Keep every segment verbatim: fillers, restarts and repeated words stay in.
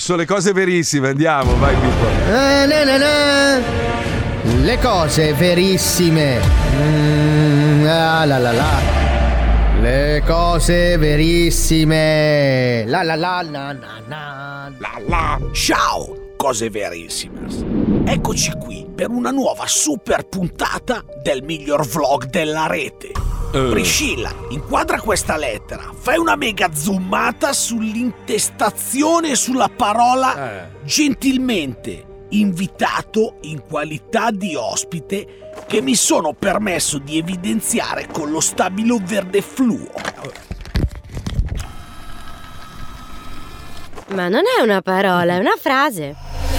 Sono le cose verissime, andiamo, vai Pippo. Eh, na, na, na. Le cose verissime. Mm, ah, la la la. Le cose verissime. La la la la la la. La la. Ciao, cose verissime. Eccoci qui per una nuova super puntata del miglior vlog della rete. Uh. Priscilla, inquadra questa lettera. Fai una mega zoomata sull'intestazione e sulla parola uh. gentilmente invitato in qualità di ospite, che mi sono permesso di evidenziare con lo stabilo verde fluo. Ma non è una parola, è una frase.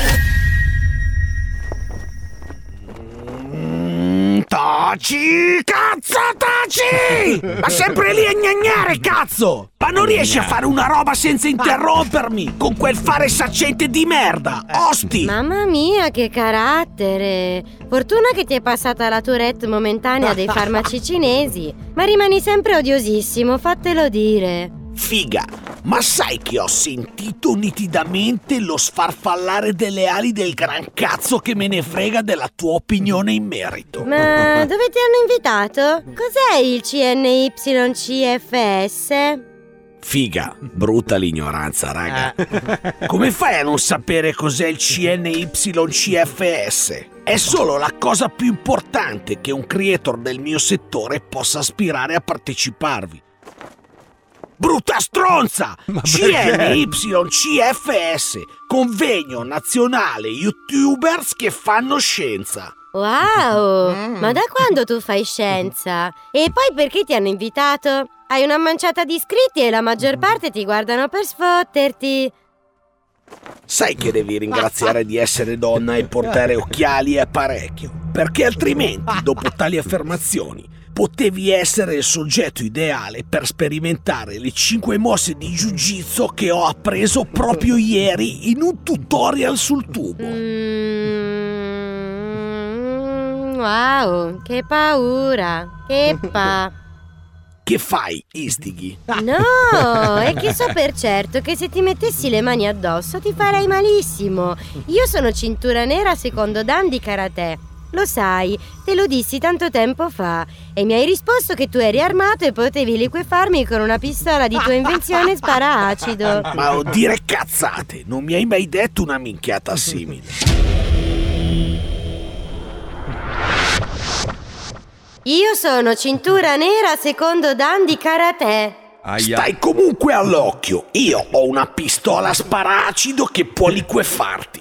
Mm, taci, cazzo, taci! Ma sempre lì a gnagnare, cazzo! Ma non riesci a fare una roba senza interrompermi con quel fare saccente di merda, osti! Mamma mia, che carattere! Fortuna che ti è passata la Tourette momentanea dei farmaci cinesi, ma rimani sempre odiosissimo, fatelo dire. Figa, ma sai che ho sentito nitidamente lo sfarfallare delle ali del gran cazzo che me ne frega della tua opinione in merito. Ma dove ti hanno invitato? Cos'è il C N Y C F S? Figa, brutta l'ignoranza, raga. Come fai a non sapere cos'è il C N Y C F S? È solo la cosa più importante che un creator del mio settore possa aspirare a parteciparvi. Brutta stronza! C N Y C F S, Convegno Nazionale Youtubers che fanno scienza. Wow! Mm. Ma da quando tu fai scienza? E poi perché ti hanno invitato? Hai una manciata di iscritti e la maggior parte ti guardano per sfotterti. Sai che devi ringraziare di essere donna e portare occhiali e apparecchio, perché altrimenti, dopo tali affermazioni, potevi essere il soggetto ideale per sperimentare le cinque mosse di jiu-jitsu che ho appreso proprio ieri in un tutorial sul tubo. Mm, wow, che paura, che pa... Che fai, istighi? No, è che so per certo che se ti mettessi le mani addosso ti farei malissimo. Io sono cintura nera secondo Dan di karate. Lo sai, te lo dissi tanto tempo fa e mi hai risposto che tu eri armato e potevi liquefarmi con una pistola di tua invenzione spara-acido. Ma o dire cazzate, non mi hai mai detto una minchiata simile. Io sono cintura nera secondo Dan di karate. Aia. Stai comunque all'occhio, io ho una pistola spara-acido che può liquefarti.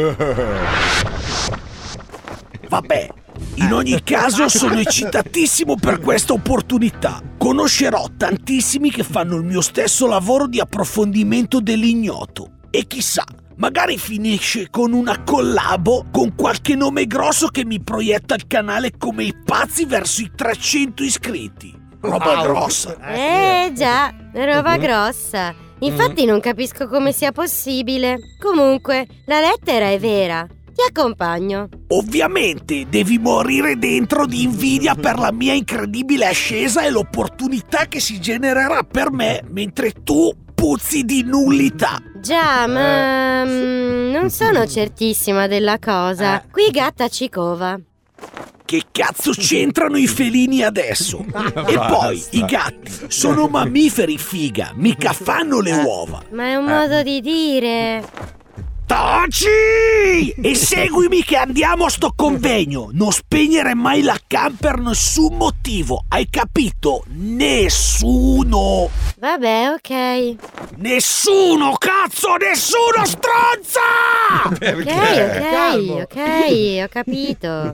Vabbè, in ogni caso sono eccitatissimo per questa opportunità. Conoscerò tantissimi che fanno il mio stesso lavoro di approfondimento dell'ignoto. E chissà, magari finisce con una collabo con qualche nome grosso che mi proietta il canale come i pazzi verso i trecento iscritti. Roba wow. grossa. Eh già, roba grossa. Infatti non capisco come sia possibile. Comunque, la lettera è vera. Ti accompagno. Ovviamente devi morire dentro di invidia per la mia incredibile ascesa e l'opportunità che si genererà per me mentre tu puzzi di nullità. Già, ma mm, non sono certissima della cosa. Qui gatta ci cova. Che cazzo c'entrano i felini adesso? E poi i gatti sono mammiferi, figa, mica fanno le uova. Ma è un modo di dire. Taci! E seguimi che andiamo a sto convegno. Non spegnere mai la cam per nessun motivo. Hai capito? Nessuno. Vabbè, ok. Nessuno, cazzo, nessuno, stronza! Ok, ok, ok, ho capito.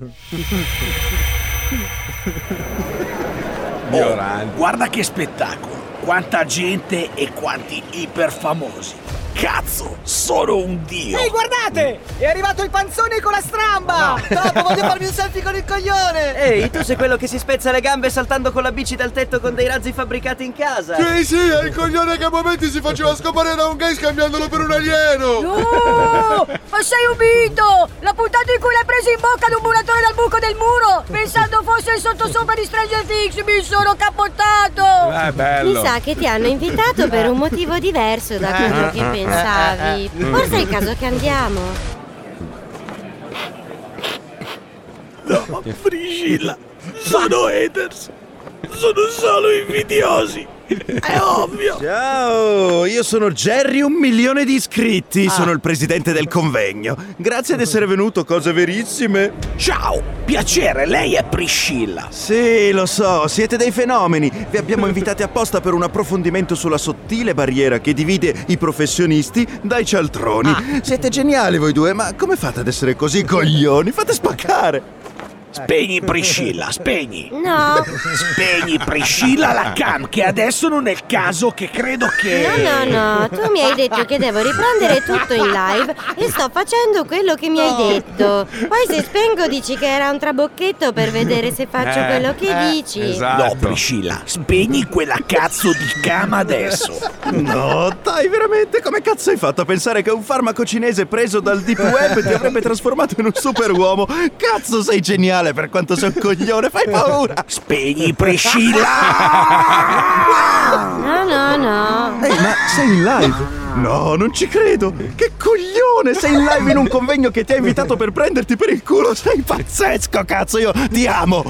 Oh, guarda che spettacolo. Quanta gente e quanti iperfamosi. Cazzo, sono un dio! Ehi, guardate! È arrivato il panzone con la stramba! No. Dopo voglio farmi un selfie con il coglione! Ehi, tu sei quello che si spezza le gambe saltando con la bici dal tetto con dei razzi fabbricati in casa? Sì, sì, è il coglione che a momenti si faceva scopare da un gay scambiandolo per un alieno! No! Ma sei un mito! La puntata in cui l'hai preso in bocca ad un muratore dal buco del muro, pensando fosse il sottosopra di Stranger Things, mi sono capottato! Eh, bello. Mi sa che ti hanno invitato per un motivo diverso da quello che pensavi. Forse è il caso che andiamo. No, Priscilla, sono haters. Sono solo invidiosi. È ovvio. Ciao, io sono Jerry, un milione di iscritti. Sono il presidente del convegno. Grazie di essere venuto, cose verissime. Ciao, piacere, lei è Priscilla. Sì, lo so, siete dei fenomeni. Vi abbiamo invitati apposta per un approfondimento sulla sottile barriera che divide i professionisti dai cialtroni. Siete geniali voi due, ma come fate ad essere così coglioni? Fate spaccare. Spegni Priscilla, spegni. No. Spegni Priscilla la cam, che adesso non è il caso, che credo che... No, no, no, tu mi hai detto che devo riprendere tutto in live e sto facendo quello che mi hai detto. Poi se spengo dici che era un trabocchetto per vedere se faccio Eh, quello che dici. esatto. No, Priscilla, spegni quella cazzo di cam adesso. No, dai, veramente, come cazzo hai fatto a pensare che un farmaco cinese preso dal deep web ti avrebbe trasformato in un superuomo? Cazzo, sei geniale per quanto sei un coglione, fai paura! Spegni Priscilla! No, no, no. Ehi, ma sei in live? No, non ci credo! Che coglione! Sei in live in un convegno che ti ha invitato per prenderti per il culo! Sei pazzesco, cazzo! Io ti amo!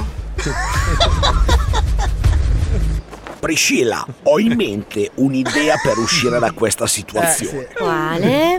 Priscilla, ho in mente un'idea per uscire da questa situazione. Quale?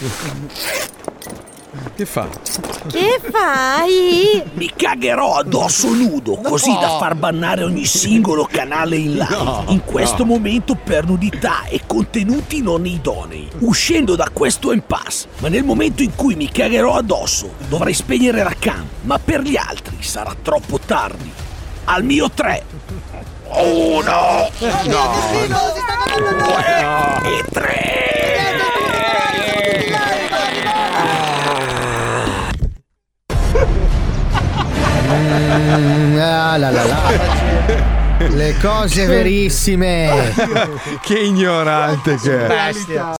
Che fa? Che fai? Mi cagherò addosso nudo, così da far bannare ogni singolo canale in live. In questo momento per nudità e contenuti non idonei. Uscendo da questo impasse, ma nel momento in cui mi cagherò addosso, dovrei spegnere la cam, ma per gli altri sarà troppo tardi. Al mio tre. Uno, due e tre. Mm, ah, la, la, la. Le cose verissime. Che ignorante che è. Bestia.